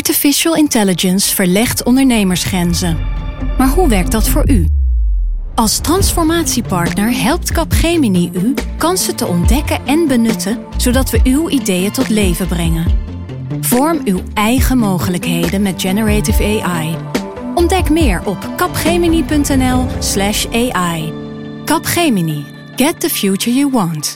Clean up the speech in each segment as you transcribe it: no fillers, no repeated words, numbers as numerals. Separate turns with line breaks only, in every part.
Artificial intelligence verlegt ondernemersgrenzen. Maar hoe werkt dat voor u? Als transformatiepartner helpt Capgemini u kansen te ontdekken en benutten, zodat we uw ideeën tot leven brengen. Vorm uw eigen mogelijkheden met Generative AI. Ontdek meer op capgemini.nl/AI. Capgemini. Get the future you want.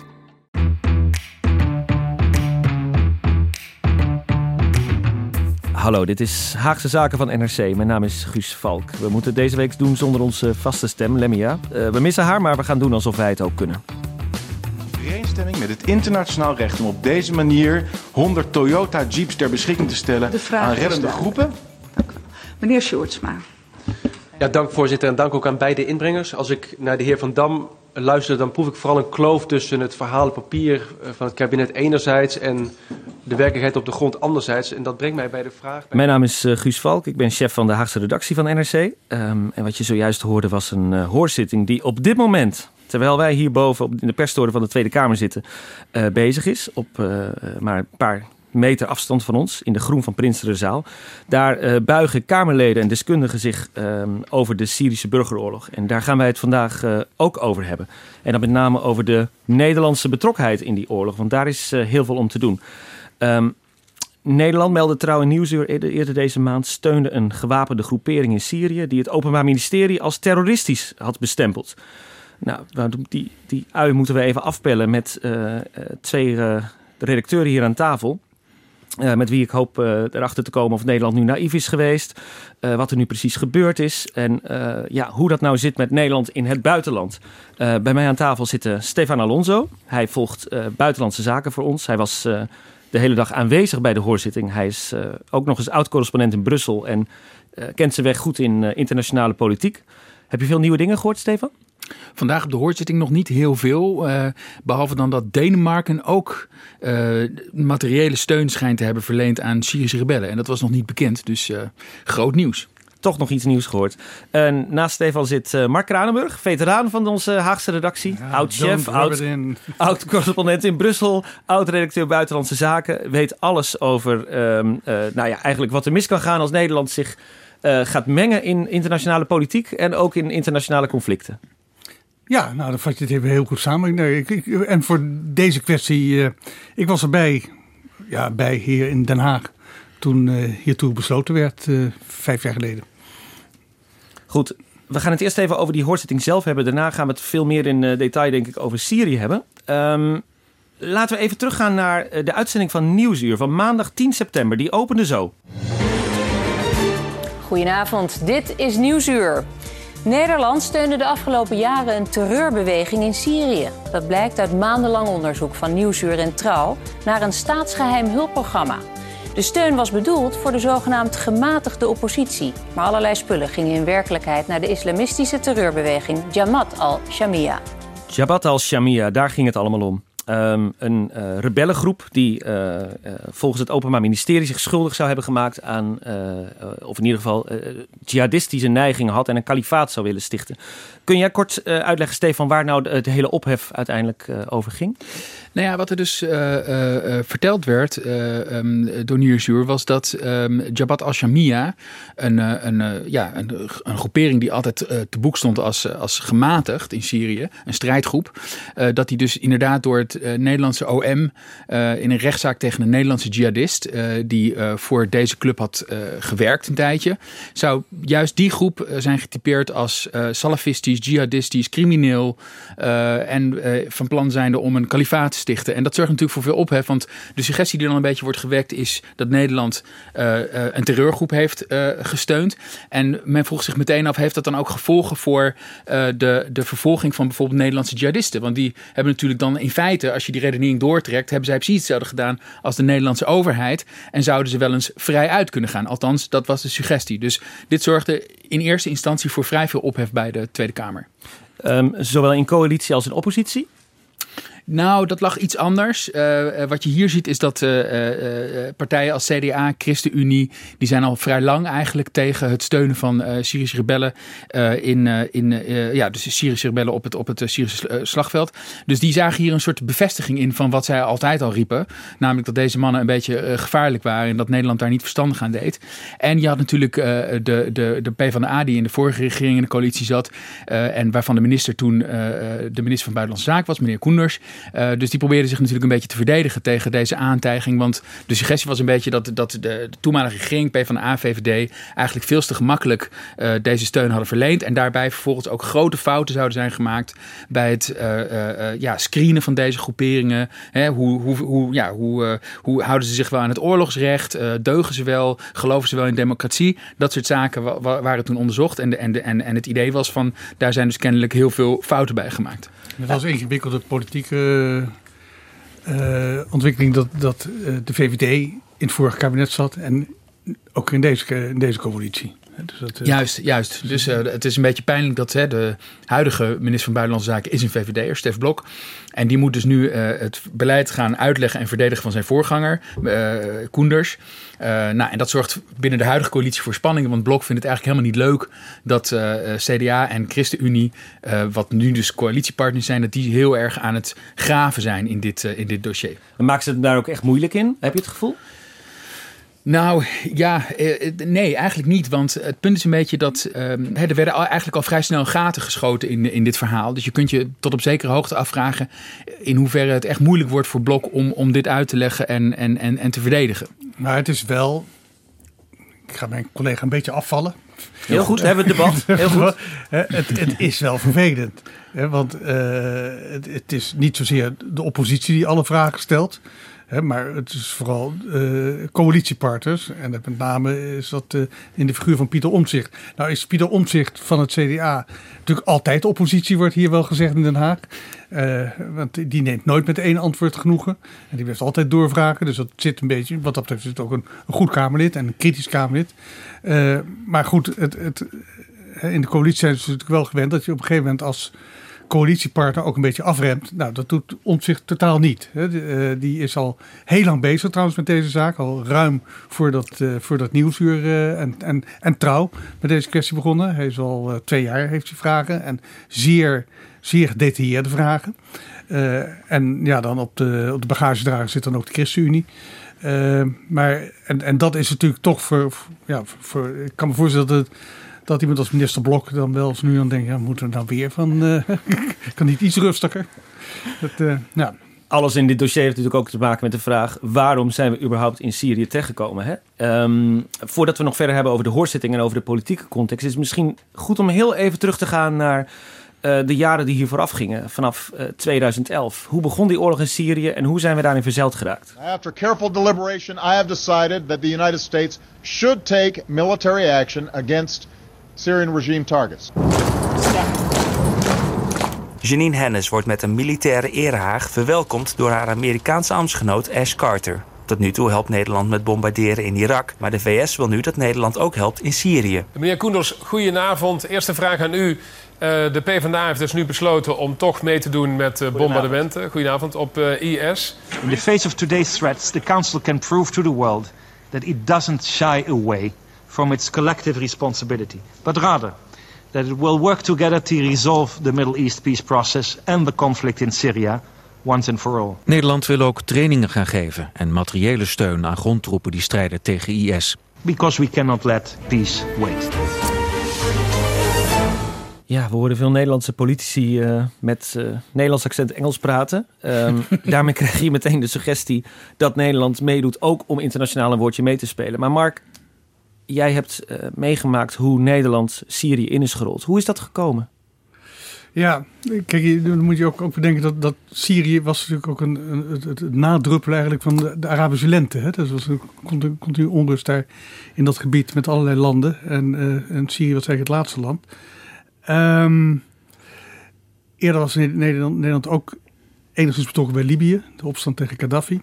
Hallo, dit is Haagse Zaken van NRC. Mijn naam is Guus Valk. We moeten het deze week doen zonder onze vaste stem, Lemmia. We missen haar, maar we gaan doen alsof wij het ook kunnen.
Overeenstemming met het internationaal recht om op deze manier 100 Toyota Jeeps ter beschikking te stellen aan reddende groepen.
Dank u wel. Meneer Sjoerdsma.
Ja, dank voorzitter en dank ook aan beide inbrengers. Als ik naar de heer Van Dam luister, dan proef ik vooral een kloof tussen het verhaal papier van het kabinet enerzijds en de werkelijkheid op de grond anderzijds. En dat brengt mij bij de vraag...
Mijn naam is Guus Valk, ik ben chef van de Haagse redactie van NRC. En wat je zojuist hoorde was een hoorzitting die op dit moment, terwijl wij hierboven in de perstoren van de Tweede Kamer zitten, bezig is. Op maar een paar meter afstand van ons, in de Groen van Prinsterenzaal. Daar buigen Kamerleden en deskundigen zich over de Syrische burgeroorlog. En daar gaan wij het vandaag ook over hebben. En dan met name over de Nederlandse betrokkenheid in die oorlog. Want daar is heel veel om te doen. Nederland, meldde Trouw en Nieuwsuur eerder deze maand, steunde een gewapende groepering in Syrië die het Openbaar Ministerie als terroristisch had bestempeld. Nou, die ui moeten we even afpellen met twee redacteuren hier aan tafel. Met wie ik hoop erachter te komen of Nederland nu naïef is geweest. Wat er nu precies gebeurd is. En hoe dat nou zit met Nederland in het buitenland. Bij mij aan tafel zit Stefan Alonso. Hij volgt buitenlandse zaken voor ons. Hij was de hele dag aanwezig bij de hoorzitting. Hij is ook nog eens oud-correspondent in Brussel. En kent zijn weg goed in internationale politiek. Heb je veel nieuwe dingen gehoord, Stefan?
Vandaag op de hoorzitting nog niet heel veel. Behalve dan dat Denemarken ook materiële steun schijnt te hebben verleend aan Syrische rebellen. En dat was nog niet bekend, dus groot nieuws.
Toch nog iets nieuws gehoord. Naast Stefan zit Mark Kranenburg, veteraan van onze Haagse redactie. Ja, oud-chef, oud-correspondent in Brussel, oud-redacteur Buitenlandse Zaken. Weet alles over eigenlijk wat er mis kan gaan als Nederland zich gaat mengen in internationale politiek en ook in internationale conflicten.
Ja, nou dan vat je het even heel goed samen. En voor deze kwestie, ik was erbij, bij hier in Den Haag, toen hiertoe besloten werd, 5 jaar geleden.
Goed, we gaan het eerst even over die hoorzitting zelf hebben. Daarna gaan we het veel meer in detail, denk ik, over Syrië hebben. Laten we even teruggaan naar de uitzending van Nieuwsuur van maandag 10 september. Die opende zo.
Goedenavond, dit is Nieuwsuur. Nederland steunde de afgelopen jaren een terreurbeweging in Syrië. Dat blijkt uit maandenlang onderzoek van Nieuwsuur en Trouw naar een staatsgeheim hulpprogramma. De steun was bedoeld voor de zogenaamd gematigde oppositie. Maar allerlei spullen gingen in werkelijkheid naar de islamistische terreurbeweging Jamaat al-Shamia.
Jamaat al-Shamia, daar ging het allemaal om. Een rebellengroep die volgens het Openbaar Ministerie zich schuldig zou hebben gemaakt aan, of in ieder geval jihadistische neigingen had en een kalifaat zou willen stichten. Kun jij kort uitleggen, Stefan, waar nou het hele ophef uiteindelijk over ging?
Nou ja, wat er dus verteld werd door Nieuwsuur was dat Jamaat al-Shamia, een groepering die altijd te boek stond als gematigd in Syrië, een strijdgroep, dat die dus inderdaad door het Nederlandse OM in een rechtszaak tegen een Nederlandse jihadist die voor deze club had gewerkt een tijdje, zou juist die groep zijn getypeerd als salafistisch, jihadistisch, crimineel en van plan zijnde om een kalifaat te stichten. En dat zorgt natuurlijk voor veel ophef, want de suggestie die dan een beetje wordt gewekt is dat Nederland een terreurgroep heeft gesteund. En men vroeg zich meteen af, heeft dat dan ook gevolgen voor de vervolging van bijvoorbeeld Nederlandse jihadisten? Want die hebben natuurlijk dan in feite, als je die redenering doortrekt, hebben zij precies hetzelfde gedaan als de Nederlandse overheid en zouden ze wel eens vrij uit kunnen gaan. Althans, dat was de suggestie. Dus dit zorgde in eerste instantie voor vrij veel ophef bij de Tweede Kamer.
Zowel in coalitie als in oppositie?
Nou, dat lag iets anders. Wat je hier ziet is dat partijen als CDA, ChristenUnie, die zijn al vrij lang eigenlijk tegen het steunen van Syrische rebellen dus Syrische rebellen op het Syrische slagveld. Dus die zagen hier een soort bevestiging in van wat zij altijd al riepen. Namelijk dat deze mannen een beetje gevaarlijk waren en dat Nederland daar niet verstandig aan deed. En je had natuurlijk de PvdA die in de vorige regering in de coalitie zat en waarvan de minister toen de minister van Buitenlandse Zaken was, meneer Koenders. Dus die probeerde zich natuurlijk een beetje te verdedigen tegen deze aantijging. Want de suggestie was een beetje dat de toenmalige regering, PvdA, VVD, eigenlijk veel te gemakkelijk deze steun hadden verleend. En daarbij vervolgens ook grote fouten zouden zijn gemaakt bij het screenen van deze groeperingen. Hoe houden ze zich wel aan het oorlogsrecht? Deugen ze wel? Geloven ze wel in democratie? Dat soort zaken waren toen onderzocht. En het idee was van, daar zijn dus kennelijk heel veel fouten bij gemaakt.
Het was een ingewikkelde politieke ontwikkeling dat de VVD in het vorige kabinet zat en ook in deze coalitie. Dus
Juist. Dus het is een beetje pijnlijk dat de huidige minister van Buitenlandse Zaken is een VVD'er, Stef Blok. En die moet dus nu het beleid gaan uitleggen en verdedigen van zijn voorganger, Koenders. En dat zorgt binnen de huidige coalitie voor spanningen. Want Blok vindt het eigenlijk helemaal niet leuk dat CDA en ChristenUnie, wat nu dus coalitiepartners zijn, dat die heel erg aan het graven zijn in dit dossier.
En maakt ze het daar ook echt moeilijk in? Heb je het gevoel?
Nou ja, nee, eigenlijk niet. Want het punt is een beetje dat er werden eigenlijk al vrij snel gaten geschoten in dit verhaal. Dus je kunt je tot op zekere hoogte afvragen in hoeverre het echt moeilijk wordt voor Blok om dit uit te leggen en te verdedigen.
Maar het is wel, ik ga mijn collega een beetje afvallen.
Heel goed, hebben we het debat. Heel goed.
Het is wel vervelend. Want het is niet zozeer de oppositie die alle vragen stelt. Maar het is vooral coalitiepartners. En met name is dat in de figuur van Pieter Omtzigt. Nou is Pieter Omtzigt van het CDA natuurlijk altijd oppositie, wordt hier wel gezegd in Den Haag. Want die neemt nooit met één antwoord genoegen. En die blijft altijd doorvragen. Dus dat zit een beetje, wat dat betreft is het ook een goed Kamerlid en een kritisch Kamerlid. Maar goed, in de coalitie zijn ze natuurlijk wel gewend dat je op een gegeven moment als coalitiepartner ook een beetje afremt. Nou, dat doet Omtzigt totaal niet. Die is al heel lang bezig trouwens met deze zaak. Al ruim voordat Nieuwsuur en Trouw met deze kwestie begonnen. Hij is al 2 jaar, heeft hij vragen. En zeer, zeer gedetailleerde vragen. En ja, dan op de bagagedrager zit dan ook de ChristenUnie. En dat is natuurlijk toch voor ik kan me voorstellen dat iemand als minister Blok dan wel eens nu aan denkt, ja, moeten we nou weer van, kan niet iets rustiger?
Alles in dit dossier heeft natuurlijk ook te maken met de vraag, waarom zijn we überhaupt in Syrië terechtgekomen? Hè? Voordat we nog verder hebben over de hoorzitting en over de politieke context, is het misschien goed om heel even terug te gaan naar de jaren die hier vooraf gingen, vanaf 2011. Hoe begon die oorlog in Syrië en hoe zijn we daarin verzeild geraakt?
After careful deliberation, I have decided that the United States should take military action against Syrian regime targets.
Janine Hennis wordt met een militaire erehaag verwelkomd door haar Amerikaanse ambtsgenoot Ash Carter. Tot nu toe helpt Nederland met bombarderen in Irak, maar de VS wil nu dat Nederland ook helpt in Syrië.
Meneer Koenders, goedenavond. Eerste vraag aan u. De PvdA heeft dus nu besloten om toch mee te doen met bombardementen. Goedenavond op IS.
In the face of today's threats, the Council can prove to the world that it doesn't shy away from its collective responsibility, but rather that it will work together to resolve the Middle East peace process and the conflict in Syria once and for all.
Nederland wil ook trainingen gaan geven en materiële steun aan grondtroepen die strijden tegen IS.
Because we cannot let peace wait.
Ja, we horen veel Nederlandse politici met Nederlands accent Engels praten. Daarmee krijg je meteen de suggestie dat Nederland meedoet ook om internationaal een woordje mee te spelen. Maar Mark, jij hebt meegemaakt hoe Nederland Syrië in is gerold. Hoe is dat gekomen? Ja,
kijk, dan moet je ook bedenken dat Syrië was natuurlijk ook het nadruppel eigenlijk van de Arabische lente. Hè? Dat was een continu onrust daar in dat gebied met allerlei landen. En Syrië was eigenlijk het laatste land. Eerder was Nederland ook enigszins betrokken bij Libië, de opstand tegen Gaddafi.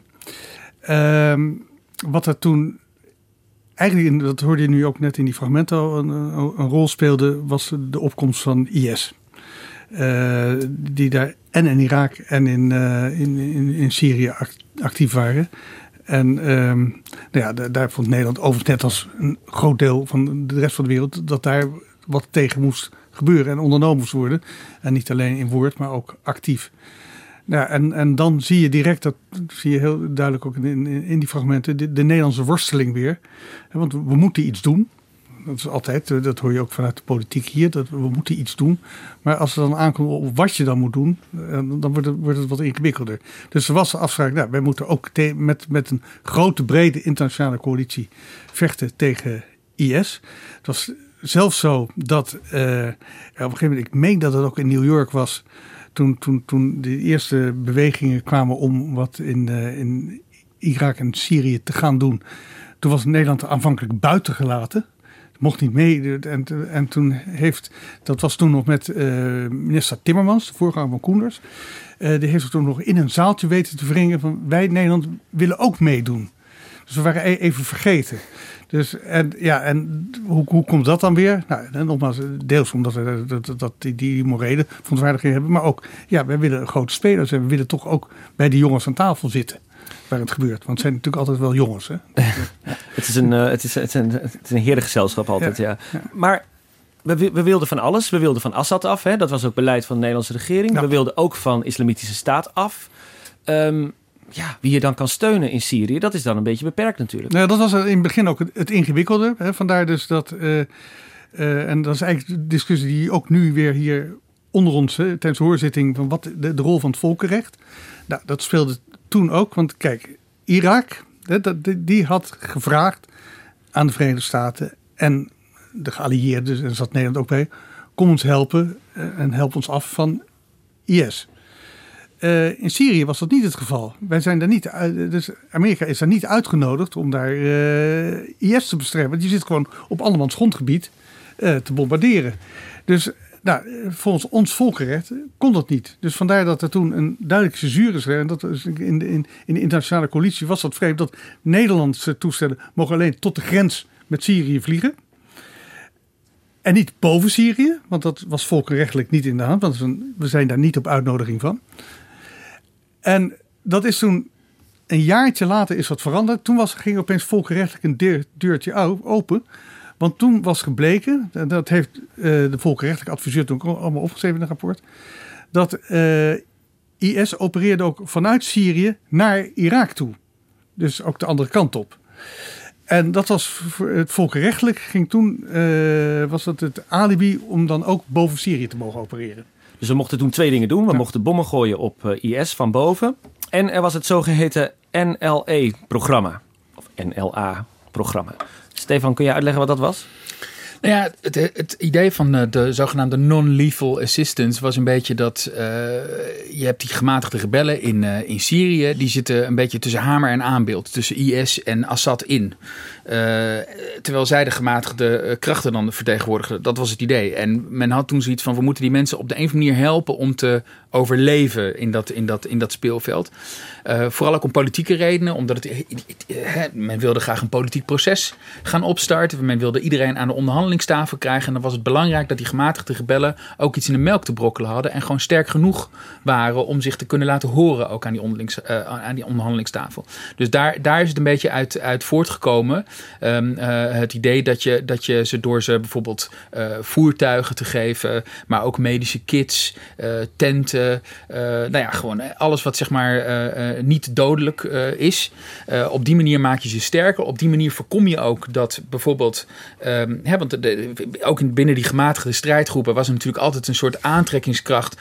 Wat er toen eigenlijk, dat hoorde je nu ook net in die fragmenten, een rol speelde, was de opkomst van IS. die daar en in Irak en in Syrië actief waren. En daar vond Nederland overigens net als een groot deel van de rest van de wereld dat daar wat tegen moest gebeuren en ondernomen moest worden. En niet alleen in woord, maar ook actief. Ja, en dan zie je direct, dat zie je heel duidelijk ook in die fragmenten, de Nederlandse worsteling weer. Want we moeten iets doen. Dat is altijd, dat hoor je ook vanuit de politiek hier, dat we moeten iets doen. Maar als er dan aankomt op wat je dan moet doen, dan wordt het wat ingewikkelder. Dus er was de afspraak, wij moeten ook met een grote, brede internationale coalitie vechten tegen IS. Het was zelfs zo dat, op een gegeven moment, ik meen dat het ook in New York was, toen de eerste bewegingen kwamen om wat in Irak en Syrië te gaan doen. Toen was Nederland er aanvankelijk buiten gelaten. Mocht niet mee. En toen dat was toen nog met minister Timmermans, de voorganger van Koenders. Die heeft het toen nog in een zaaltje weten te wringen van wij Nederland willen ook meedoen. Dus we waren even vergeten. Dus, en hoe komt dat dan weer? Nou, nogmaals, deels omdat we die morele verontwaardiging hebben. Maar ook, wij willen een grote speler zijn. We willen toch ook bij die jongens aan tafel zitten. Waar het gebeurt. Want het zijn natuurlijk altijd wel jongens. Hè?
Het is een heerlijk gezelschap altijd, ja. Maar we wilden van alles. We wilden van Assad af. Hè? Dat was ook beleid van de Nederlandse regering. Ja. We wilden ook van Islamitische Staat af. Wie je dan kan steunen in Syrië, dat is dan een beetje beperkt natuurlijk.
Nou, dat was in het begin ook het ingewikkelde. Hè? Vandaar dus dat... en dat is eigenlijk de discussie die ook nu weer hier onder ons... tijdens de hoorzitting van wat de rol van het volkenrecht. Nou, dat speelde toen ook. Want kijk, Irak, die had gevraagd aan de Verenigde Staten... en de geallieerden, en daar zat Nederland ook bij... kom ons helpen en help ons af van IS... in Syrië was dat niet het geval. Wij zijn daar niet, dus Amerika is daar niet uitgenodigd om daar IS te bestrijden. Want die zit gewoon op andermans grondgebied te bombarderen. Dus volgens ons volkenrecht kon dat niet. Dus vandaar dat er toen een duidelijke censuur is. En dat is in de internationale coalitie was dat vreemd dat Nederlandse toestellen mogen alleen tot de grens met Syrië vliegen. En niet boven Syrië, want dat was volkenrechtelijk niet in de hand. Want we zijn daar niet op uitnodiging van. En dat is toen een jaartje later is wat veranderd. Toen ging opeens volkenrechtelijk een deurtje open. Want toen was gebleken, en dat heeft de volkenrechtelijke adviseur toen allemaal opgeschreven in een rapport, dat IS opereerde ook vanuit Syrië naar Irak toe. Dus ook de andere kant op. En dat was het volkenrechtelijk, ging toen, was dat het alibi om dan ook boven Syrië te mogen opereren.
Dus we mochten toen 2 dingen doen. We mochten bommen gooien op IS van boven. En er was het zogeheten NLA-programma. Of NLA-programma. Stefan, kun je uitleggen wat dat was?
Nou ja, het idee van de zogenaamde non-lethal assistance was een beetje dat je hebt die gematigde rebellen in Syrië. Die zitten een beetje tussen hamer en aanbeeld. Tussen IS en Assad in. Terwijl zij de gematigde krachten dan vertegenwoordigden. Dat was het idee. En men had toen zoiets van we moeten die mensen op de een of andere manier helpen om te overleven in dat speelveld. Vooral ook om politieke redenen. Omdat men wilde graag een politiek proces gaan opstarten. Men wilde iedereen aan de onderhandelingstafel krijgen. En dan was het belangrijk dat die gematigde rebellen ook iets in de melk te brokkelen hadden. En gewoon sterk genoeg waren om zich te kunnen laten horen ook aan die onderhandelingstafel. Dus daar is het een beetje uit voortgekomen. Het idee dat je ze door ze bijvoorbeeld voertuigen te geven. Maar ook medische kits, tenten. Gewoon alles wat zeg maar niet dodelijk is. Op die manier maak je ze sterker. Op die manier voorkom je ook dat bijvoorbeeld want ook binnen die gematigde strijdgroepen was er natuurlijk altijd een soort aantrekkingskracht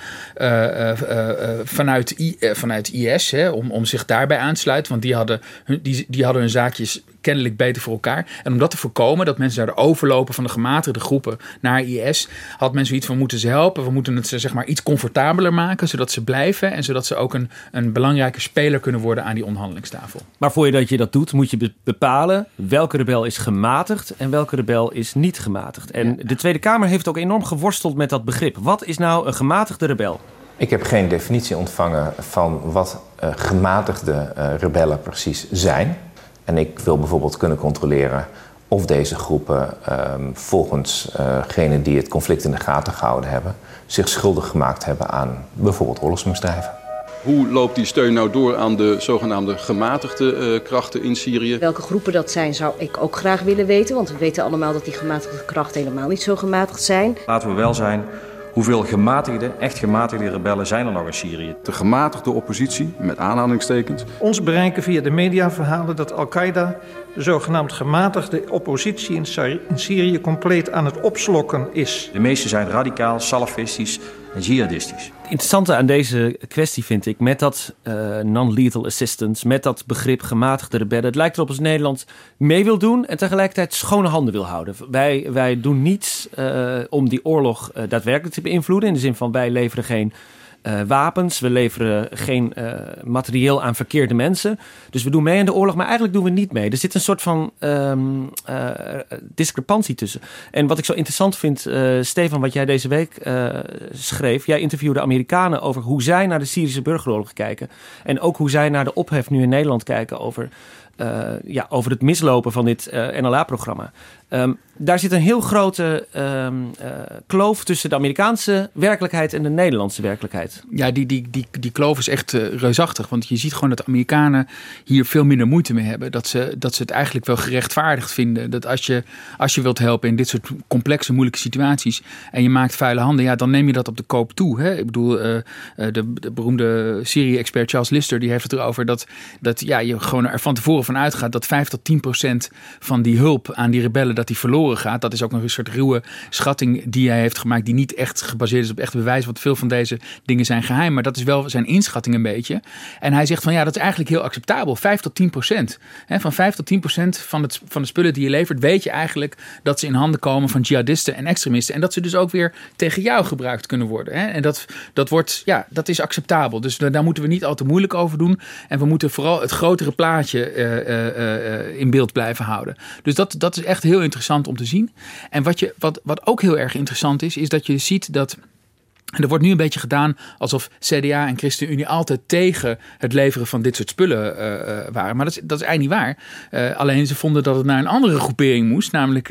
vanuit IS om zich daarbij aan te sluiten. Want die hadden hun zaakjes kennelijk beter voor elkaar. En om dat te voorkomen, dat mensen daar overlopen van de gematigde groepen naar IS, had men zoiets van, we moeten ze helpen. We moeten het zeg maar iets comfortabeler maken, zodat ze blijven en zodat ze ook een belangrijke speler kunnen worden aan die onderhandelingstafel.
Maar voordat je dat doet, moet je bepalen welke rebel is gematigd en welke rebel is niet gematigd. En de Tweede Kamer heeft ook enorm geworsteld met dat begrip. Wat is nou een gematigde rebel?
Ik heb geen definitie ontvangen van wat gematigde rebellen precies zijn. En ik wil bijvoorbeeld kunnen controleren of deze groepen volgens degenen die het conflict in de gaten gehouden hebben, zich schuldig gemaakt hebben aan bijvoorbeeld oorlogsmisdrijven.
Hoe loopt die steun nou door aan de zogenaamde gematigde krachten in Syrië?
Welke groepen dat zijn, zou ik ook graag willen weten. Want we weten allemaal dat die gematigde krachten helemaal niet zo gematigd zijn.
Laten we wel zijn, hoeveel echt gematigde rebellen zijn er nog in Syrië?
De gematigde oppositie, met aanhalingstekens.
Ons bereiken via de mediaverhalen dat Al-Qaeda de zogenaamd gematigde oppositie in Syrië compleet aan het opslokken is.
De meeste zijn radicaal, salafistisch en jihadistisch.
Het interessante aan deze kwestie vind ik, met dat non-lethal assistance, met dat begrip gematigde rebellen, het lijkt erop als Nederland mee wil doen en tegelijkertijd schone handen wil houden. Wij doen niets om die oorlog daadwerkelijk te beïnvloeden, in de zin van wij leveren geen wapens, we leveren geen materieel aan verkeerde mensen. Dus we doen mee aan de oorlog, maar eigenlijk doen we niet mee. Er zit een soort van discrepantie tussen. En wat ik zo interessant vind, Stefan, wat jij deze week schreef. Jij interviewde Amerikanen over hoe zij naar de Syrische burgeroorlog kijken. En ook hoe zij naar de ophef nu in Nederland kijken over het mislopen van dit NLA-programma. Daar zit een heel grote kloof tussen de Amerikaanse werkelijkheid en de Nederlandse werkelijkheid.
Ja, die kloof is echt reusachtig. Want je ziet gewoon dat de Amerikanen hier veel minder moeite mee hebben. Dat ze het eigenlijk wel gerechtvaardigd vinden. Dat als je wilt helpen in dit soort complexe, moeilijke situaties en je maakt vuile handen, ja, dan neem je dat op de koop toe. Hè? Ik bedoel, de beroemde Syrië-expert Charles Lister, die heeft het erover dat je gewoon er van tevoren van uitgaat dat 5-10% van die hulp aan die rebellen, dat die verloren gaat. Dat is ook een soort ruwe schatting die hij heeft gemaakt, die niet echt gebaseerd is op echte bewijs, want veel van deze dingen zijn geheim, maar dat is wel zijn inschatting een beetje. En hij zegt van ja, dat is eigenlijk heel acceptabel. 5-10%. Van 5-10% van de spullen die je levert, weet je eigenlijk dat ze in handen komen van jihadisten en extremisten en dat ze dus ook weer tegen jou gebruikt kunnen worden. En dat is acceptabel. Dus daar moeten we niet al te moeilijk over doen en we moeten vooral het grotere plaatje in beeld blijven houden. Dus dat is echt heel interessant om te zien. En wat ook heel erg interessant is dat je ziet dat. En er wordt nu een beetje gedaan alsof CDA en ChristenUnie altijd tegen het leveren van dit soort spullen waren. Maar dat is eigenlijk niet waar. Alleen ze vonden dat het naar een andere groepering moest. Namelijk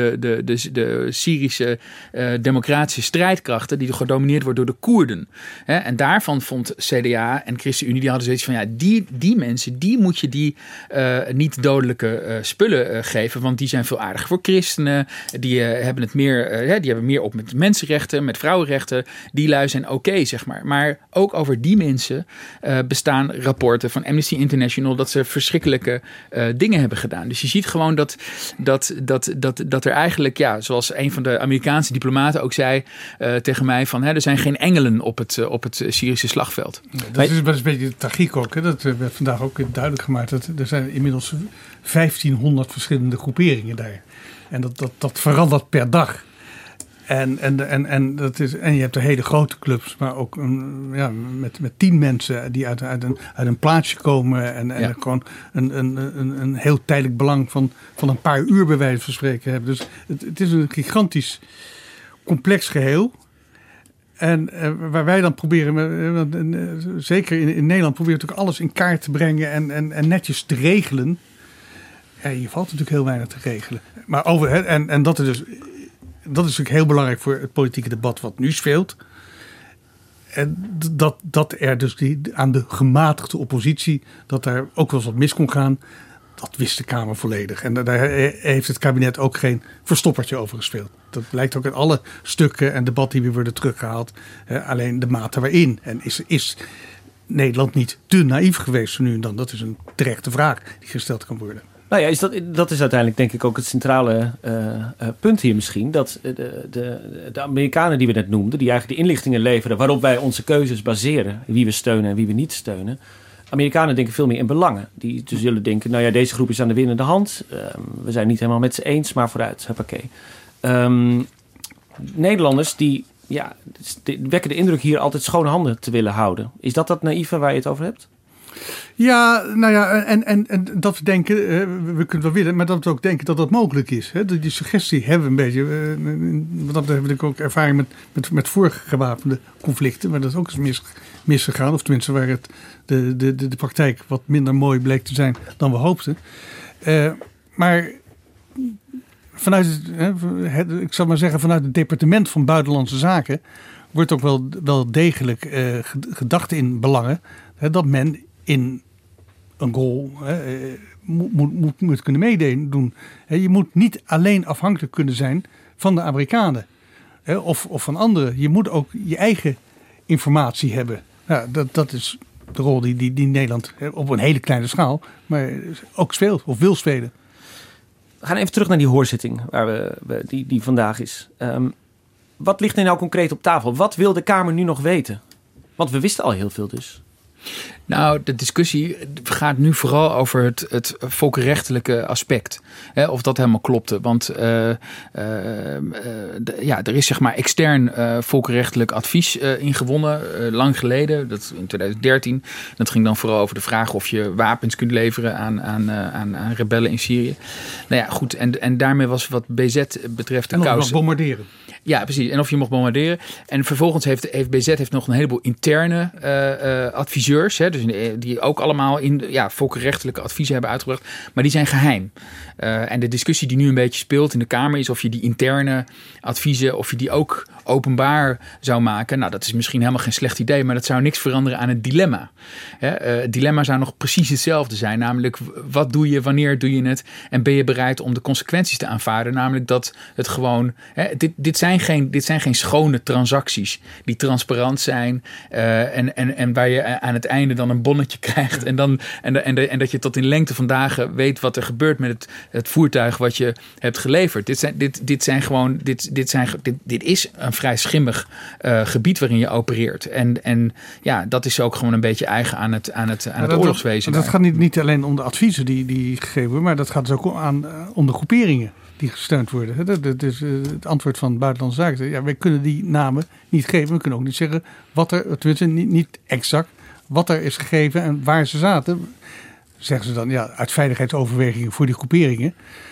de Syrische democratische strijdkrachten die gedomineerd worden door de Koerden. En daarvan vond CDA en ChristenUnie, die hadden zoiets van ja, die mensen, die moet je die niet dodelijke spullen geven. Want die zijn veel aardiger voor christenen. Die hebben het meer, die hebben meer op met mensenrechten, met vrouwenrechten. Die lui zijn oké, zeg maar. Maar ook over die mensen bestaan rapporten van Amnesty International dat ze verschrikkelijke dingen hebben gedaan. Dus je ziet gewoon dat er eigenlijk, ja, zoals een van de Amerikaanse diplomaten ook zei tegen mij van er zijn geen engelen op het Syrische slagveld.
Ja, dat is een beetje tragiek ook. Hè? Dat werd vandaag ook duidelijk gemaakt. Dat er zijn inmiddels 1500 verschillende groeperingen daar. En dat verandert per dag. En je hebt de hele grote clubs, maar ook met 10 mensen die uit een plaatsje komen en gewoon een heel tijdelijk belang van een paar uur bij wijze van spreken hebben. Dus het is een gigantisch complex geheel. En waar wij dan proberen, zeker in Nederland, proberen natuurlijk alles in kaart te brengen en netjes te regelen. Ja, hier valt natuurlijk heel weinig te regelen. Maar dat is natuurlijk heel belangrijk voor het politieke debat wat nu speelt. En dat er dus aan de gematigde oppositie, dat daar ook wel eens wat mis kon gaan, dat wist de Kamer volledig. En daar heeft het kabinet ook geen verstoppertje over gespeeld. Dat blijkt ook in alle stukken en debatten die weer worden teruggehaald. Alleen de mate waarin. En is Nederland niet te naïef geweest zo nu en dan? Dat is een terechte vraag die gesteld kan worden.
Nou ja, dat is uiteindelijk denk ik ook het centrale punt hier misschien. Dat de Amerikanen die we net noemden, die eigenlijk de inlichtingen leveren waarop wij onze keuzes baseren, wie we steunen en wie we niet steunen. Amerikanen denken veel meer in belangen. Die zullen denken, nou ja, deze groep is aan de winnende hand. We zijn niet helemaal met ze eens, maar vooruit, hoppakee. Nederlanders die wekken de indruk hier altijd schone handen te willen houden. Is dat naïeve waar je het over hebt?
Ja, nou ja, en dat we denken, we kunnen het wel willen, maar dat we ook denken dat dat mogelijk is. Hè? Die suggestie hebben we een beetje. Dat heb ik ook ervaring met vorige gewapende conflicten, maar dat is ook eens misgegaan. Of tenminste waar het de praktijk wat minder mooi bleek te zijn dan we hoopten. Maar vanuit ik zal maar zeggen, vanuit het departement van Buitenlandse Zaken wordt ook wel degelijk gedacht in belangen dat men in een rol moet kunnen meedoen. Je moet niet alleen afhankelijk kunnen zijn van de Amerikanen of van anderen. Je moet ook je eigen informatie hebben. Ja, dat is de rol die Nederland op een hele kleine schaal, maar ook speelt of wil spelen.
We gaan even terug naar die hoorzitting waar die vandaag is. Wat ligt er nou concreet op tafel? Wat wil de Kamer nu nog weten? Want we wisten al heel veel dus.
Nou, de discussie gaat nu vooral over het volkenrechtelijke aspect. Of dat helemaal klopte. Want er is zeg maar extern volkenrechtelijk advies ingewonnen. Lang geleden, dat in 2013. Dat ging dan vooral over de vraag of je wapens kunt leveren aan rebellen in Syrië. Nou ja, goed. En daarmee was wat BZ betreft de
kous. En
of
je mag bombarderen.
Ja, precies. En of je mocht bombarderen. En vervolgens heeft BZ nog een heleboel interne adviseurs. Dus die ook allemaal volkenrechtelijke adviezen hebben uitgebracht. Maar die zijn geheim. En de discussie die nu een beetje speelt in de Kamer is of je die interne adviezen, of je die ook openbaar zou maken. Nou, dat is misschien helemaal geen slecht idee, maar dat zou niks veranderen aan het dilemma. Het dilemma zou nog precies hetzelfde zijn. Namelijk, wat doe je, wanneer doe je het? En ben je bereid om de consequenties te aanvaarden? Namelijk dat het gewoon... Dit zijn geen schone transacties die transparant zijn en waar je aan het einde dan een bonnetje krijgt en dat je tot in lengte van dagen weet wat er gebeurt met het voertuig wat je hebt geleverd. Dit is een vrij schimmig gebied waarin je opereert. En dat is ook gewoon een beetje eigen aan het oorlogswezen.
Dat gaat niet alleen om de adviezen die gegeven worden, maar dat gaat dus ook om de groeperingen die gesteund worden. Dat is het antwoord van Buitenlandse Zaken. Ja, wij kunnen die namen niet geven. We kunnen ook niet zeggen wat er, tenminste niet exact, wat er is gegeven en waar ze zaten. Zeggen ze dan, uit veiligheidsoverwegingen voor die groeperingen.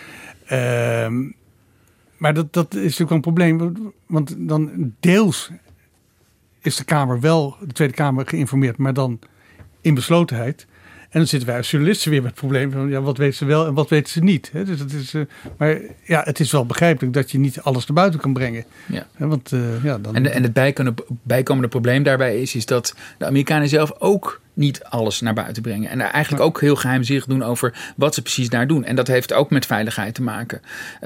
Maar dat is natuurlijk wel een probleem. Want dan deels is de Tweede Kamer geïnformeerd, maar dan in beslotenheid. En dan zitten wij als journalisten weer met het probleem van wat weten ze wel en wat weten ze niet. Dus het is, maar het is wel begrijpelijk dat je niet alles naar buiten kan brengen.
Ja.
Want,
En het bijkomende probleem daarbij is dat de Amerikanen zelf ook niet alles naar buiten brengen. En daar eigenlijk ook heel geheimzinnig doen over wat ze precies daar doen. En dat heeft ook met veiligheid te maken.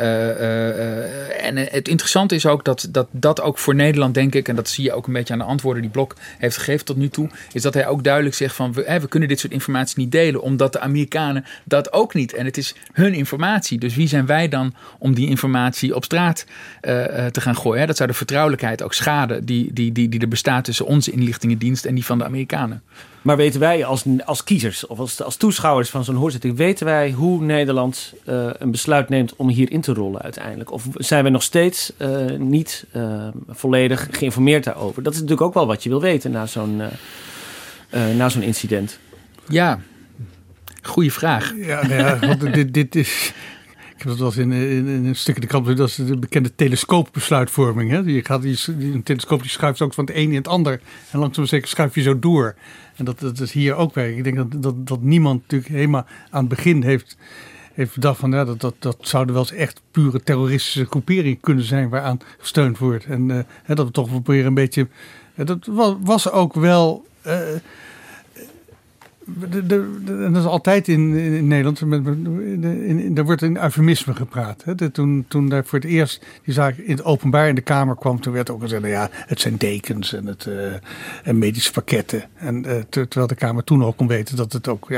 En het interessante is ook dat ook voor Nederland, denk ik, en dat zie je ook een beetje aan de antwoorden die Blok heeft gegeven tot nu toe, is dat hij ook duidelijk zegt van we kunnen dit soort informatie niet delen, omdat de Amerikanen dat ook niet. En het is hun informatie. Dus wie zijn wij dan om die informatie op straat te gaan gooien? Dat zou de vertrouwelijkheid ook schaden die er bestaat tussen onze inlichtingendienst en die van de Amerikanen.
Maar weten wij als kiezers of als toeschouwers van zo'n hoorzitting, weten wij hoe Nederland een besluit neemt om hier in te rollen uiteindelijk? Of zijn we nog steeds niet volledig geïnformeerd daarover? Dat is natuurlijk ook wel wat je wil weten na zo'n incident.
Ja, goede vraag.
Ja, want dit is... Ik heb dat wel eens in een stuk in de krant, dat is de bekende telescoopbesluitvorming. Hè? Je gaat een telescoop die schuift ook van het een in het ander. En langzaam zeker schuif je zo door. En dat is hier ook werk. Ik denk dat niemand natuurlijk helemaal aan het begin heeft bedacht van dat zouden wel eens echt pure terroristische groeperingen kunnen zijn waaraan gesteund wordt. En dat we toch proberen een beetje... Dat was ook wel... En dat is altijd in Nederland, daar wordt in eufemisme gepraat. Hè. Toen daar voor het eerst die zaak in het openbaar in de Kamer kwam, toen werd ook gezegd, het zijn dekens en medische pakketten. En terwijl de Kamer toen ook kon weten dat het ook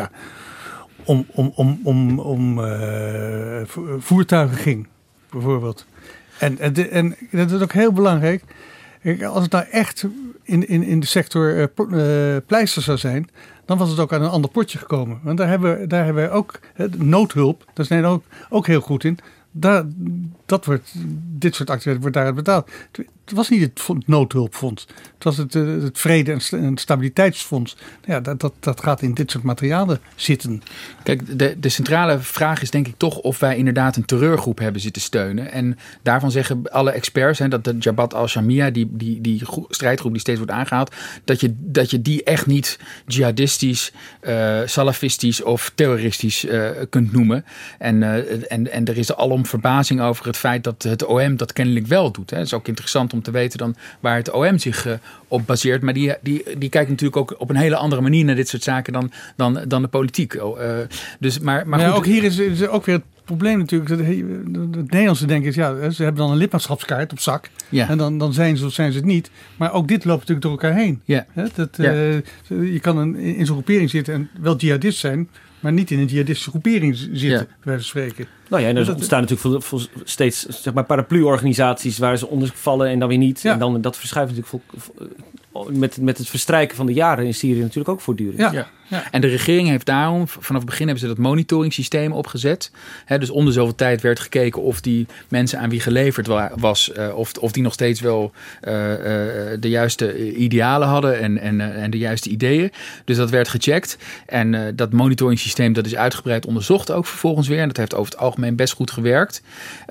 om voertuigen ging, bijvoorbeeld. En dat is ook heel belangrijk. Als het nou echt in de sector pleister zou zijn, dan was het ook aan een ander potje gekomen. Want daar hebben wij ook noodhulp, daar zijn ook heel goed in. Dit soort activiteiten wordt daaruit betaald. was niet het noodhulpfonds. Het was het Vrede- en Stabiliteitsfonds. Ja, dat gaat in dit soort materialen zitten.
Kijk, de centrale vraag is denk ik toch of wij inderdaad een terreurgroep hebben zitten steunen. En daarvan zeggen alle experts, dat de Jabhat al-Shamia, die strijdgroep die steeds wordt aangehaald, dat je die echt niet jihadistisch, salafistisch of terroristisch kunt noemen. En er is alom verbazing over het feit dat het OM dat kennelijk wel doet. Het is ook interessant om te weten dan waar het OM zich op baseert. Maar die kijkt natuurlijk ook op een hele andere manier naar dit soort zaken dan de politiek. Maar goed,
ook hier is ook weer het probleem natuurlijk. Het Nederlandse denken is, ze hebben dan een lidmaatschapskaart op zak. Ja. En dan zijn ze of zijn ze het niet. Maar ook dit loopt natuurlijk door elkaar heen. Ja. Je kan in zo'n groepering zitten en wel jihadist zijn, maar niet in een jihadistische groepering zitten, bij wijze van spreken.
Nou ja, en er ontstaan natuurlijk steeds paraplu-organisaties waar ze onder vallen en dan weer niet. Ja. En dan dat verschuift natuurlijk met het verstrijken van de jaren in Syrië natuurlijk ook voortdurend. Ja.
En de regering heeft daarom, vanaf het begin hebben ze dat monitoringssysteem opgezet. Dus om de zoveel tijd werd gekeken of die mensen aan wie geleverd was, of die nog steeds wel de juiste idealen hadden en de juiste ideeën. Dus dat werd gecheckt. En dat monitoringssysteem dat is uitgebreid onderzocht ook vervolgens weer. En dat heeft over het algemeen best goed gewerkt.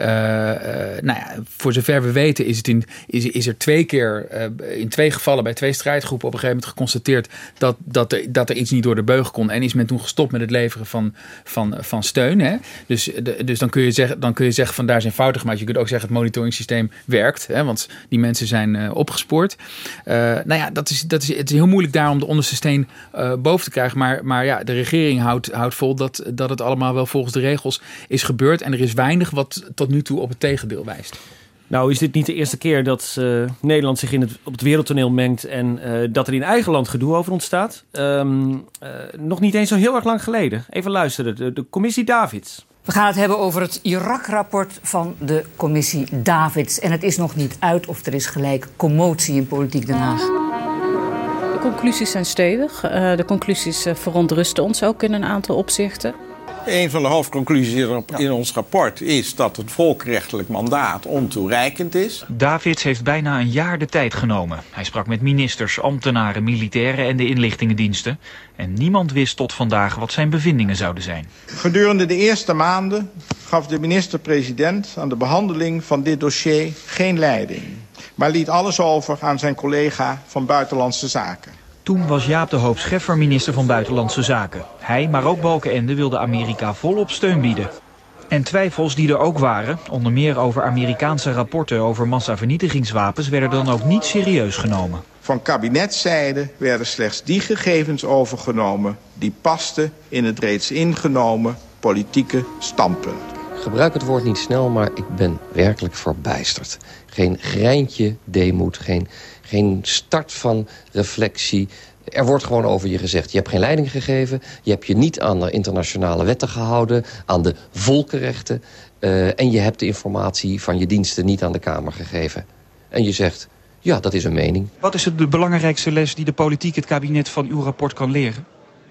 Voor zover we weten is er 2 keer in 2 gevallen bij 2 strijdgroepen op een gegeven moment geconstateerd dat er iets niet door de beugel kon. En is men toen gestopt met het leveren van steun. Hè? Dus dan kun je zeggen van daar zijn fouten gemaakt. Je kunt ook zeggen het monitoringssysteem werkt. Hè? Want die mensen zijn opgespoord. Het is heel moeilijk daar om de onderste steen boven te krijgen. Maar de regering houdt vol dat het allemaal wel volgens de regels is gebeurd. En er is weinig wat tot nu toe op het tegendeel wijst.
Nou is dit niet de eerste keer dat Nederland zich op het wereldtoneel mengt en dat er in eigen land gedoe over ontstaat. Nog niet eens zo heel erg lang geleden. Even luisteren, de commissie Davids.
We gaan het hebben over het Irak-rapport van de commissie Davids. En het is nog niet uit of er is gelijk commotie in politiek Den Haag.
De conclusies zijn stevig. De conclusies verontrusten ons ook in een aantal opzichten.
Een van de hoofdconclusies in ons rapport is dat het volkrechtelijk mandaat ontoereikend is.
Davids heeft bijna een jaar de tijd genomen. Hij sprak met ministers, ambtenaren, militairen en de inlichtingendiensten. En niemand wist tot vandaag wat zijn bevindingen zouden zijn.
Gedurende de eerste maanden gaf de minister-president aan de behandeling van dit dossier geen leiding. Maar liet alles over aan zijn collega van Buitenlandse Zaken.
Toen was Jaap de Hoop Scheffer minister van Buitenlandse Zaken. Hij, maar ook Balkenende, wilde Amerika volop steun bieden. En twijfels die er ook waren, onder meer over Amerikaanse rapporten over massavernietigingswapens, werden dan ook niet serieus genomen.
Van kabinetszijde werden slechts die gegevens overgenomen die pasten in het reeds ingenomen politieke standpunt.
Gebruik het woord niet snel, maar ik ben werkelijk verbijsterd. Geen greintje deemoed, geen start van reflectie. Er wordt gewoon over je gezegd. Je hebt geen leiding gegeven. Je hebt je niet aan de internationale wetten gehouden. Aan de volkenrechten. En je hebt de informatie van je diensten niet aan de Kamer gegeven. En je zegt, ja, dat is een mening.
Wat is de belangrijkste les die de politiek het kabinet van uw rapport kan leren?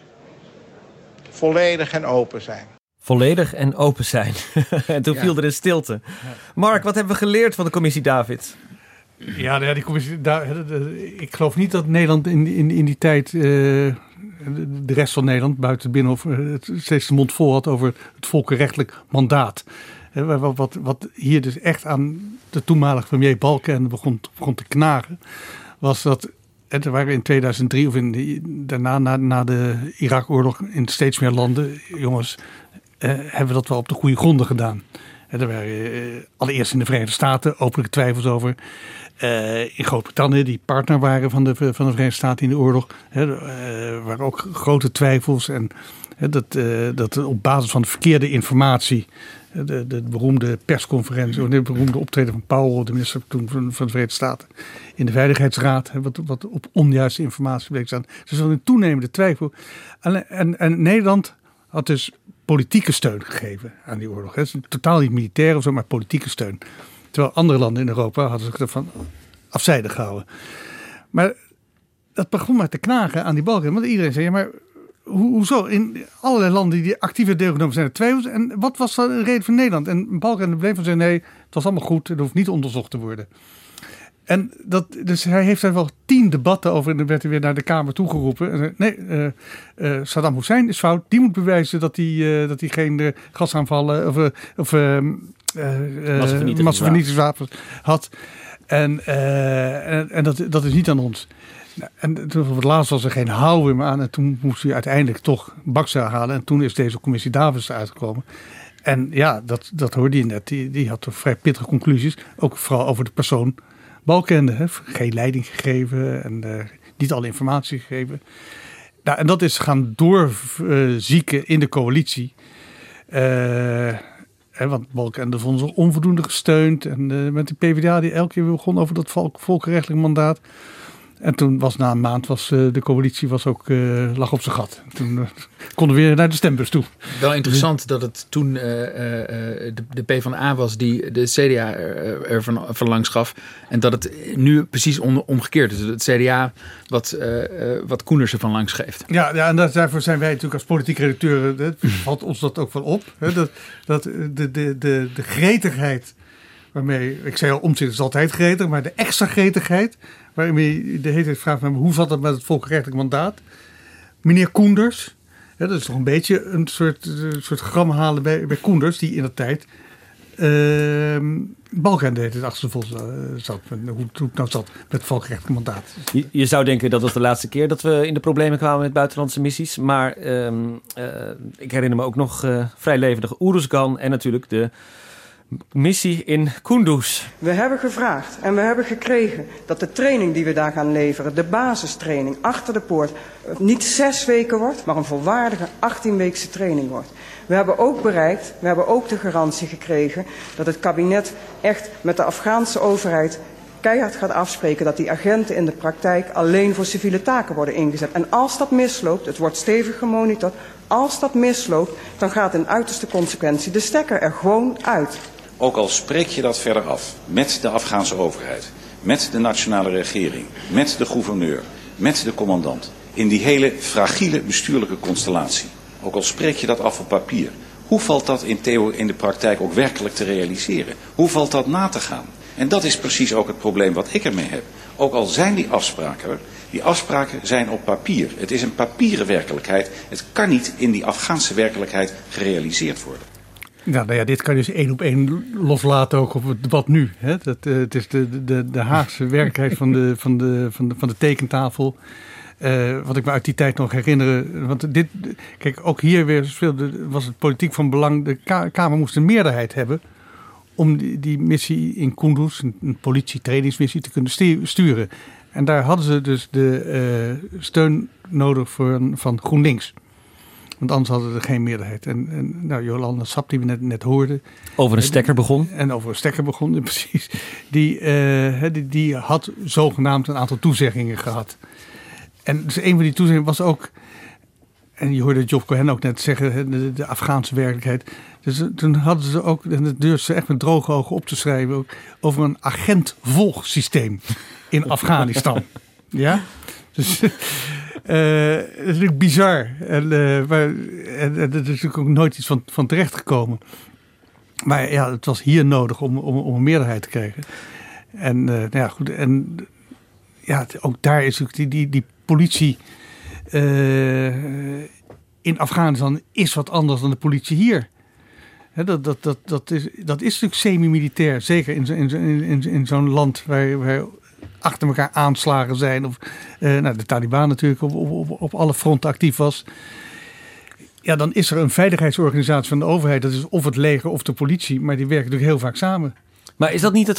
Volledig en open zijn.
Volledig en open zijn. En toen viel er een stilte. Mark, wat hebben we geleerd van de commissie Davids?
Ja, die commissie. Ik geloof niet dat Nederland in die tijd, de rest van Nederland, buiten het Binnenhof, steeds de mond vol had over het volkenrechtelijk mandaat. Wat hier dus echt aan de toenmalige premier Balkenende begon te knagen, was dat er waren in 2003 of daarna na de Irak-oorlog in steeds meer landen, jongens, hebben we dat wel op de goede gronden gedaan. Er waren allereerst in de Verenigde Staten openlijke twijfels over. In Groot-Brittannië, die partner waren van de Verenigde Staten in de oorlog, waren ook grote twijfels. En dat op basis van de verkeerde informatie, de beroemde persconferentie, de beroemde optreden van Powell, de minister toen van de Verenigde Staten, in de Veiligheidsraad, wat op onjuiste informatie bleek te staan. Dus er was een toenemende twijfel. En Nederland had dus politieke steun gegeven aan die oorlog. Het is totaal niet militair of zo, maar politieke steun. Terwijl andere landen in Europa hadden zich ervan afzijdig gehouden. Maar dat begon maar te knagen aan die Balken. Want iedereen zei, ja, maar hoezo? In allerlei landen die actief hebben deelgenomen zijn er twijfels. En wat was de reden van Nederland? En Balken bleef van zeggen, nee, het was allemaal goed. Het hoeft niet onderzocht te worden. En dus hij heeft er wel 10 debatten over en dan werd hij weer naar de Kamer toegeroepen. Saddam Hussein is fout. Die moet bewijzen dat hij geen gasaanvallen of massavernietigingswapens had. En dat is niet aan ons. En toen op het laatst was er geen houden meer aan. En toen moest hij uiteindelijk toch Baksel halen. En toen is deze commissie Davids uitgekomen. En ja, dat hoorde je net. Die had toch vrij pittige conclusies. Ook vooral over de persoon Balkenende. Hè? Geen leiding gegeven en niet alle informatie gegeven. Nou, en dat is gaan doorzieken in de coalitie. Want Balkenende vond ze onvoldoende gesteund. En met de PvdA die elke keer begon over dat volkenrechtelijk mandaat. En toen na een maand de coalitie lag op zijn gat. Toen konden we weer naar de stembus toe.
Wel interessant dat het toen de PvdA was die de CDA er van langs gaf. En dat het nu precies omgekeerd is. Het CDA wat Koenders er van langs geeft.
Ja, en daarvoor zijn wij natuurlijk als politiek redacteuren. Valt ons dat ook wel op. Hè, dat de gretigheid waarmee, ik zei al, Omtzigt is altijd gretig. Maar de extra gretigheid waarmee de hele tijd vraagt, hoe zat het met het volkenrechtelijk mandaat? Meneer Koenders, dat is toch een beetje een soort gram halen bij Koenders, die in de tijd Balkenende het achter de vols zat. Hoe het nou zat met het volkenrechtelijk mandaat.
Je zou denken dat was de laatste keer dat we in de problemen kwamen met buitenlandse missies. Maar ik herinner me ook nog vrij levendig Oeruzgan en natuurlijk de missie in Kunduz.
We hebben gevraagd en we hebben gekregen dat de training die we daar gaan leveren, de basistraining achter de poort, niet 6 weken wordt, maar een volwaardige 18-weekse training wordt. We hebben ook de garantie gekregen dat het kabinet echt met de Afghaanse overheid keihard gaat afspreken dat die agenten in de praktijk alleen voor civiele taken worden ingezet. En als dat misloopt, het wordt stevig gemonitord, als dat misloopt, dan gaat in uiterste consequentie de stekker er gewoon uit.
Ook al spreek je dat verder af met de Afghaanse overheid, met de nationale regering, met de gouverneur, met de commandant, in die hele fragiele bestuurlijke constellatie. Ook al spreek je dat af op papier, hoe valt dat in de praktijk ook werkelijk te realiseren? Hoe valt dat na te gaan? En dat is precies ook het probleem wat ik ermee heb. Ook al zijn die afspraken zijn op papier. Het is een papieren werkelijkheid. Het kan niet in die Afghaanse werkelijkheid gerealiseerd worden.
Nou ja, dit kan je dus 1 op 1 loslaten ook op het debat nu. Hè? Het is de Haagse werkelijkheid van de tekentafel. Wat ik me uit die tijd nog herinner. Want kijk, ook hier weer was het politiek van belang. De Kamer moest een meerderheid hebben om die missie in Kunduz, een politietrainingsmissie, te kunnen sturen. En daar hadden ze dus de steun nodig van GroenLinks. Want anders hadden ze geen meerderheid. En Jolanda Sap, die we net hoorden.
Over een stekker begon.
En over een stekker begon, precies. Die had zogenaamd een aantal toezeggingen gehad. En dus een van die toezeggingen was ook, en je hoorde Job Cohen ook net zeggen, de Afghaanse werkelijkheid. Dus toen hadden ze ook, en dat durfden ze echt met droge ogen op te schrijven, ook, over een agentvolgsysteem in Afghanistan. Ja? Dus dat is natuurlijk bizar. En er is natuurlijk ook nooit iets van terecht gekomen. Maar ja, het was hier nodig om een meerderheid te krijgen. En goed. En ja, ook daar is ook die politie in Afghanistan is wat anders dan de politie hier. He, dat is natuurlijk semi-militair. Zeker in zo'n land waar achter elkaar aanslagen zijn. Of de Taliban natuurlijk op alle fronten actief was. Ja, dan is er een veiligheidsorganisatie van de overheid. Dat is of het leger of de politie. Maar die werken natuurlijk heel vaak samen.
Maar is dat niet het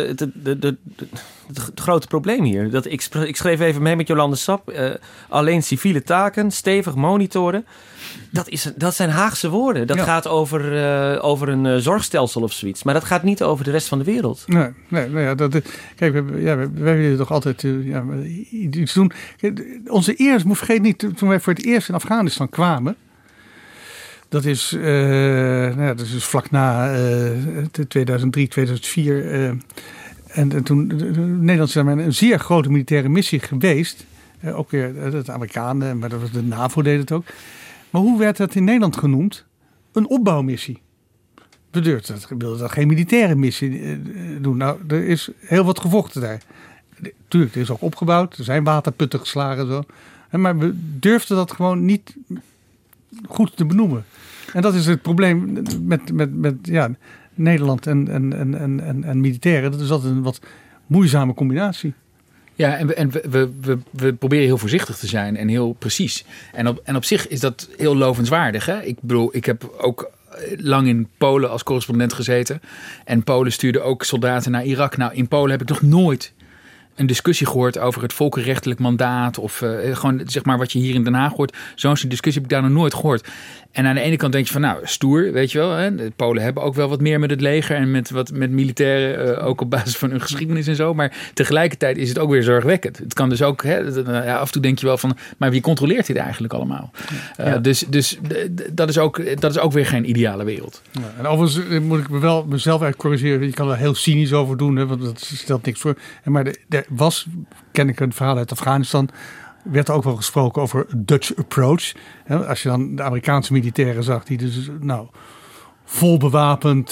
grote probleem hier? Ik schreef even mee met Jolande Sap. Alleen civiele taken, stevig monitoren. Dat zijn Haagse woorden. Dat gaat over een zorgstelsel of zoiets. Maar dat gaat niet over de rest van de wereld. Nee,
kijk, wij willen toch altijd iets doen. Onze eerste, moet vergeten niet, toen wij voor het eerst in Afghanistan kwamen. Dat is, dat is dus vlak na 2003, 2004. En toen Nederland is een zeer grote militaire missie geweest. Ook weer de Amerikanen, maar de NAVO deed het ook. Maar hoe werd dat in Nederland genoemd? Een opbouwmissie. wilde dat geen militaire missie doen. Nou, er is heel wat gevochten daar. Tuurlijk, er is ook opgebouwd. Er zijn waterputten geslagen. Zo. Maar we durfden dat gewoon niet goed te benoemen. En dat is het probleem met Nederland en militairen. Dat is altijd een wat moeizame combinatie.
Ja, en we proberen heel voorzichtig te zijn en heel precies. En op zich is dat heel lovenswaardig. Hè? Ik bedoel, ik heb ook lang in Polen als correspondent gezeten. En Polen stuurde ook soldaten naar Irak. Nou, in Polen heb ik nog nooit een discussie gehoord over het volkenrechtelijk mandaat. Of gewoon zeg maar wat je hier in Den Haag hoort. Zo'n discussie heb ik daar nog nooit gehoord. En aan de ene kant denk je van nou, stoer, weet je wel. Hè? De Polen hebben ook wel wat meer met het leger en met militairen. Ook op basis van hun geschiedenis en zo. Maar tegelijkertijd is het ook weer zorgwekkend. Het kan dus ook, af en toe denk je wel van, maar wie controleert dit eigenlijk allemaal? Dus dat is ook weer geen ideale wereld.
Ja, en overigens moet ik mezelf eigenlijk corrigeren. Je kan er heel cynisch over doen, hè, want dat stelt niks voor. Maar er was, ken ik een verhaal uit Afghanistan, werd er ook wel gesproken over Dutch approach. Als je dan de Amerikaanse militairen zag die dus vol bewapend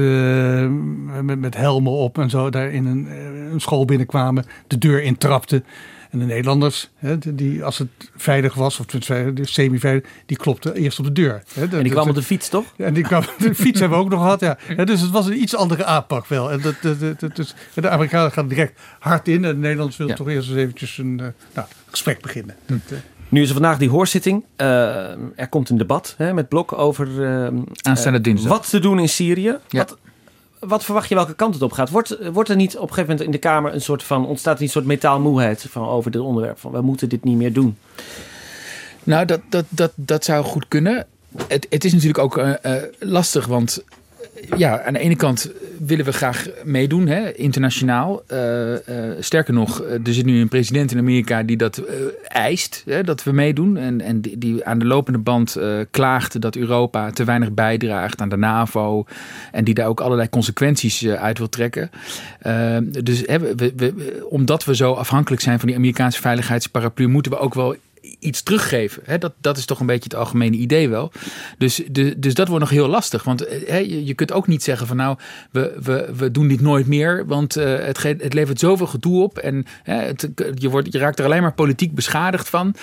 met helmen op en zo daar in een school binnenkwamen, de deur intrapten. En de Nederlanders, die als het veilig was, of semi-veilig, die klopten eerst op de deur.
En die kwamen op de fiets, toch?
Ja, en de fiets hebben we ook nog gehad, ja. Dus het was een iets andere aanpak wel. En de Amerikanen gaan direct hard in en de Nederlanders willen toch eerst eens eventjes een gesprek beginnen.
Nu is er vandaag die hoorzitting. Er komt een debat met Blok over
aanstaande dinsdag.
Wat te doen in Syrië.
Ja.
Wat verwacht je welke kant het op gaat? Wordt er niet op een gegeven moment in de Kamer ontstaat er een soort metaalmoeheid over dit onderwerp? Van we moeten dit niet meer doen.
Nou, dat zou goed kunnen. Het is natuurlijk ook lastig, want aan de ene kant willen we graag meedoen, internationaal. Sterker nog, er zit nu een president in Amerika die dat eist, dat we meedoen. En die aan de lopende band klaagt dat Europa te weinig bijdraagt aan de NAVO. En die daar ook allerlei consequenties uit wil trekken. Dus omdat we zo afhankelijk zijn van die Amerikaanse veiligheidsparaplu, moeten we ook wel iets teruggeven. Dat is toch een beetje het algemene idee wel. Dus dat wordt nog heel lastig. Want je kunt ook niet zeggen van nou, we doen dit nooit meer. Want het levert zoveel gedoe op. En je raakt er alleen maar politiek beschadigd van.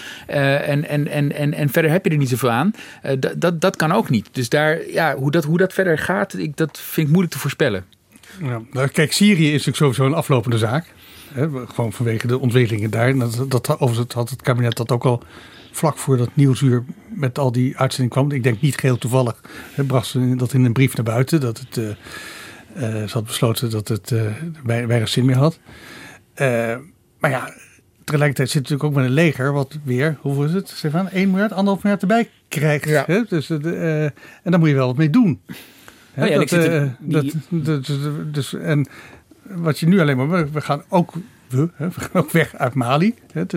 En verder heb je er niet zoveel aan. Dat kan ook niet. Dus hoe dat verder gaat, dat vind ik moeilijk te voorspellen.
Ja, nou, kijk, Syrië is natuurlijk sowieso een aflopende zaak. Gewoon vanwege de ontwikkelingen daar. Overigens had het kabinet dat ook al vlak voor dat Nieuwsuur met al die uitzendingen kwam. Ik denk niet geheel toevallig. Bracht ze dat in een brief naar buiten. Dat ze had besloten dat het weinig zin meer had. Maar ja, tegelijkertijd zit natuurlijk ook met een leger wat weer, hoeveel is het, Stefan? 1 miljard, 1,5 miljard erbij krijgt. Ja. Dus, en daar moet je wel wat mee doen. En wat je nu alleen maar, we gaan ook weg uit Mali.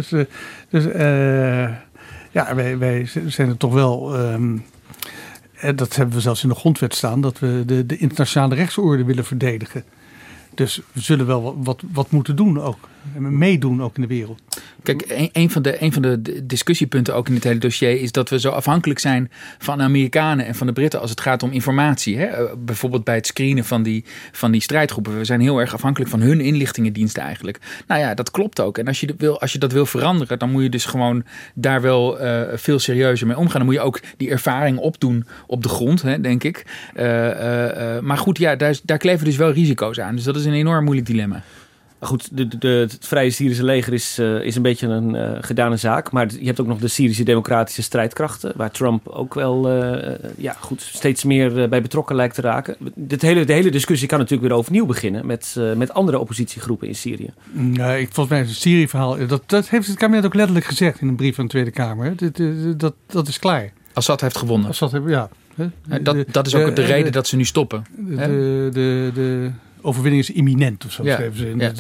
Wij zijn er toch wel, dat hebben we zelfs in de grondwet staan, dat we de internationale rechtsorde willen verdedigen. Dus we zullen wel wat moeten doen ook. Meedoen ook in de wereld.
Kijk, een van de discussiepunten ook in het hele dossier is dat we zo afhankelijk zijn van de Amerikanen en van de Britten als het gaat om informatie. Bijvoorbeeld bij het screenen van die strijdgroepen. We zijn heel erg afhankelijk van hun inlichtingendiensten eigenlijk. Nou ja, dat klopt ook. En als je dat wil veranderen, dan moet je dus gewoon daar wel veel serieuzer mee omgaan. Dan moet je ook die ervaring opdoen op de grond, denk ik. Maar goed, daar kleven dus wel risico's aan. Dus dat is een enorm moeilijk dilemma.
Goed, het Vrije Syrische leger is een beetje een gedane zaak. Maar je hebt ook nog de Syrische democratische strijdkrachten, waar Trump ook wel steeds meer bij betrokken lijkt te raken. De hele discussie kan natuurlijk weer overnieuw beginnen met andere oppositiegroepen in Syrië.
Volgens mij is het Syrië-verhaal, dat heeft het kabinet ook letterlijk gezegd in een brief van de Tweede Kamer. Dat is klaar.
Assad heeft gewonnen.
Ja.
Dat is ook de reden dat ze nu stoppen.
De overwinning is imminent of zo schreven ze in. Ja.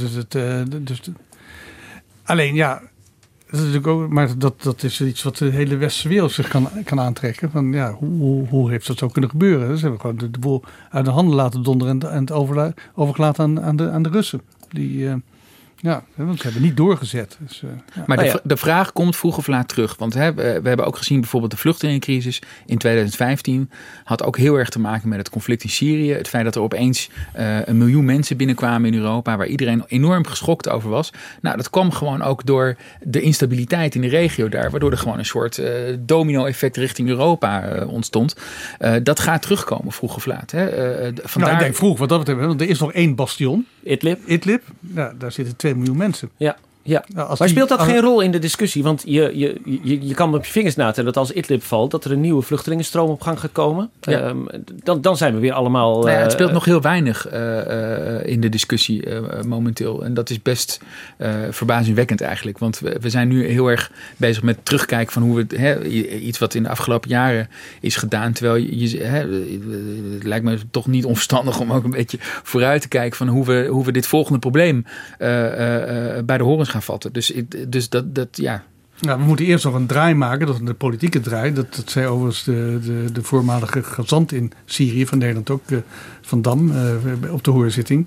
Alleen dat is natuurlijk ook, maar dat is iets wat de hele westerse wereld zich kan aantrekken. Van hoe heeft dat zo kunnen gebeuren? Ze hebben gewoon de boel uit de handen laten donderen en het overgelaten aan de Russen. Die Ja, want ze hebben niet doorgezet. Dus,
Maar de vraag komt vroeg of laat terug. Want we hebben ook gezien bijvoorbeeld de vluchtelingencrisis in 2015... had ook heel erg te maken met het conflict in Syrië. Het feit dat er opeens 1 miljoen mensen binnenkwamen in Europa... waar iedereen enorm geschokt over was. Nou, dat kwam gewoon ook door de instabiliteit in de regio daar... waardoor er gewoon een soort domino-effect richting Europa ontstond. Dat gaat terugkomen vroeg of laat.
Vandaar... ik denk vroeg wat dat betreft. Want er is nog 1 bastion. Idlib. Ja, daar zitten 2 miljoen mensen.
Ja. Maar speelt dat geen rol in de discussie? Want je kan op je vingers natellen dat als Idlib valt... dat er een nieuwe vluchtelingenstroom op gang gaat komen. Ja. Dan zijn we weer allemaal...
het speelt nog heel weinig in de discussie momenteel. En dat is best verbazingwekkend eigenlijk. Want we zijn nu heel erg bezig met terugkijken... van hoe we iets wat in de afgelopen jaren is gedaan. Terwijl het lijkt me toch niet onverstandig om ook een beetje vooruit te kijken... van hoe we dit volgende probleem bij de horens gaan vatten. Dus dat ja.
Nou, we moeten eerst nog een draai maken, dat is de politieke draai. Dat zei overigens de voormalige gezant in Syrië, van Nederland ook, Van Dam, op de hoorzitting.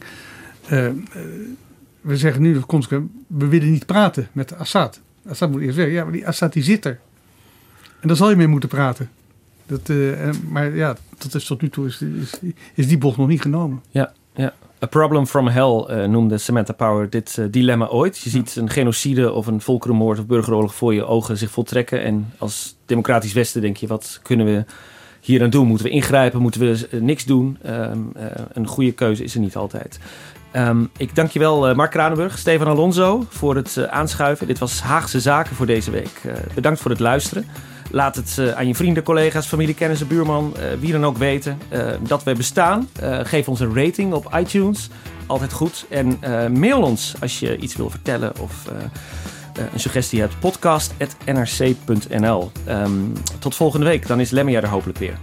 We zeggen nu consequent, we willen niet praten met Assad. Assad moet eerst zeggen, ja, maar die Assad die zit er. En daar zal je mee moeten praten. Maar ja, dat is tot nu toe is die bocht nog niet genomen.
Ja. A Problem from Hell noemde Samantha Power dit dilemma ooit. Je ziet een genocide of een volkerenmoord of burgeroorlog voor je ogen zich voltrekken. En als democratisch Westen denk je, wat kunnen we hier aan doen? Moeten we ingrijpen? Moeten we niks doen? Een goede keuze is er niet altijd. Ik dank je wel, Mark Kranenburg, Stefan Alonso, voor het aanschuiven. Dit was Haagse Zaken voor deze week. Bedankt voor het luisteren. Laat het aan je vrienden, collega's, familie, kennissen, buurman, wie dan ook weten dat we bestaan. Geef ons een rating op iTunes. Altijd goed. En mail ons als je iets wil vertellen of een suggestie hebt. podcast@nrc.nl. Tot volgende week. Dan is Lemia er hopelijk weer.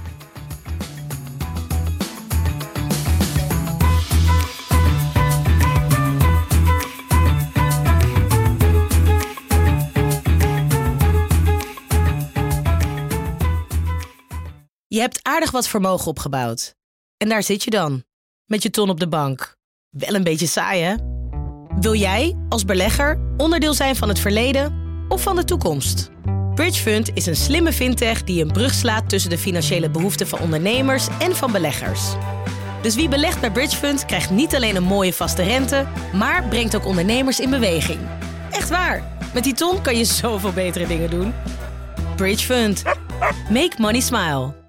Je hebt aardig wat vermogen opgebouwd. En daar zit je dan, met je ton op de bank. Wel een beetje saai, hè? Wil jij, als belegger, onderdeel zijn van het verleden of van de toekomst? Bridgefund is een slimme fintech die een brug slaat tussen de financiële behoeften van ondernemers en van beleggers. Dus wie belegt bij Bridgefund krijgt niet alleen een mooie vaste rente, maar brengt ook ondernemers in beweging. Echt waar, met die ton kan je zoveel betere dingen doen. Bridgefund. Make money smile.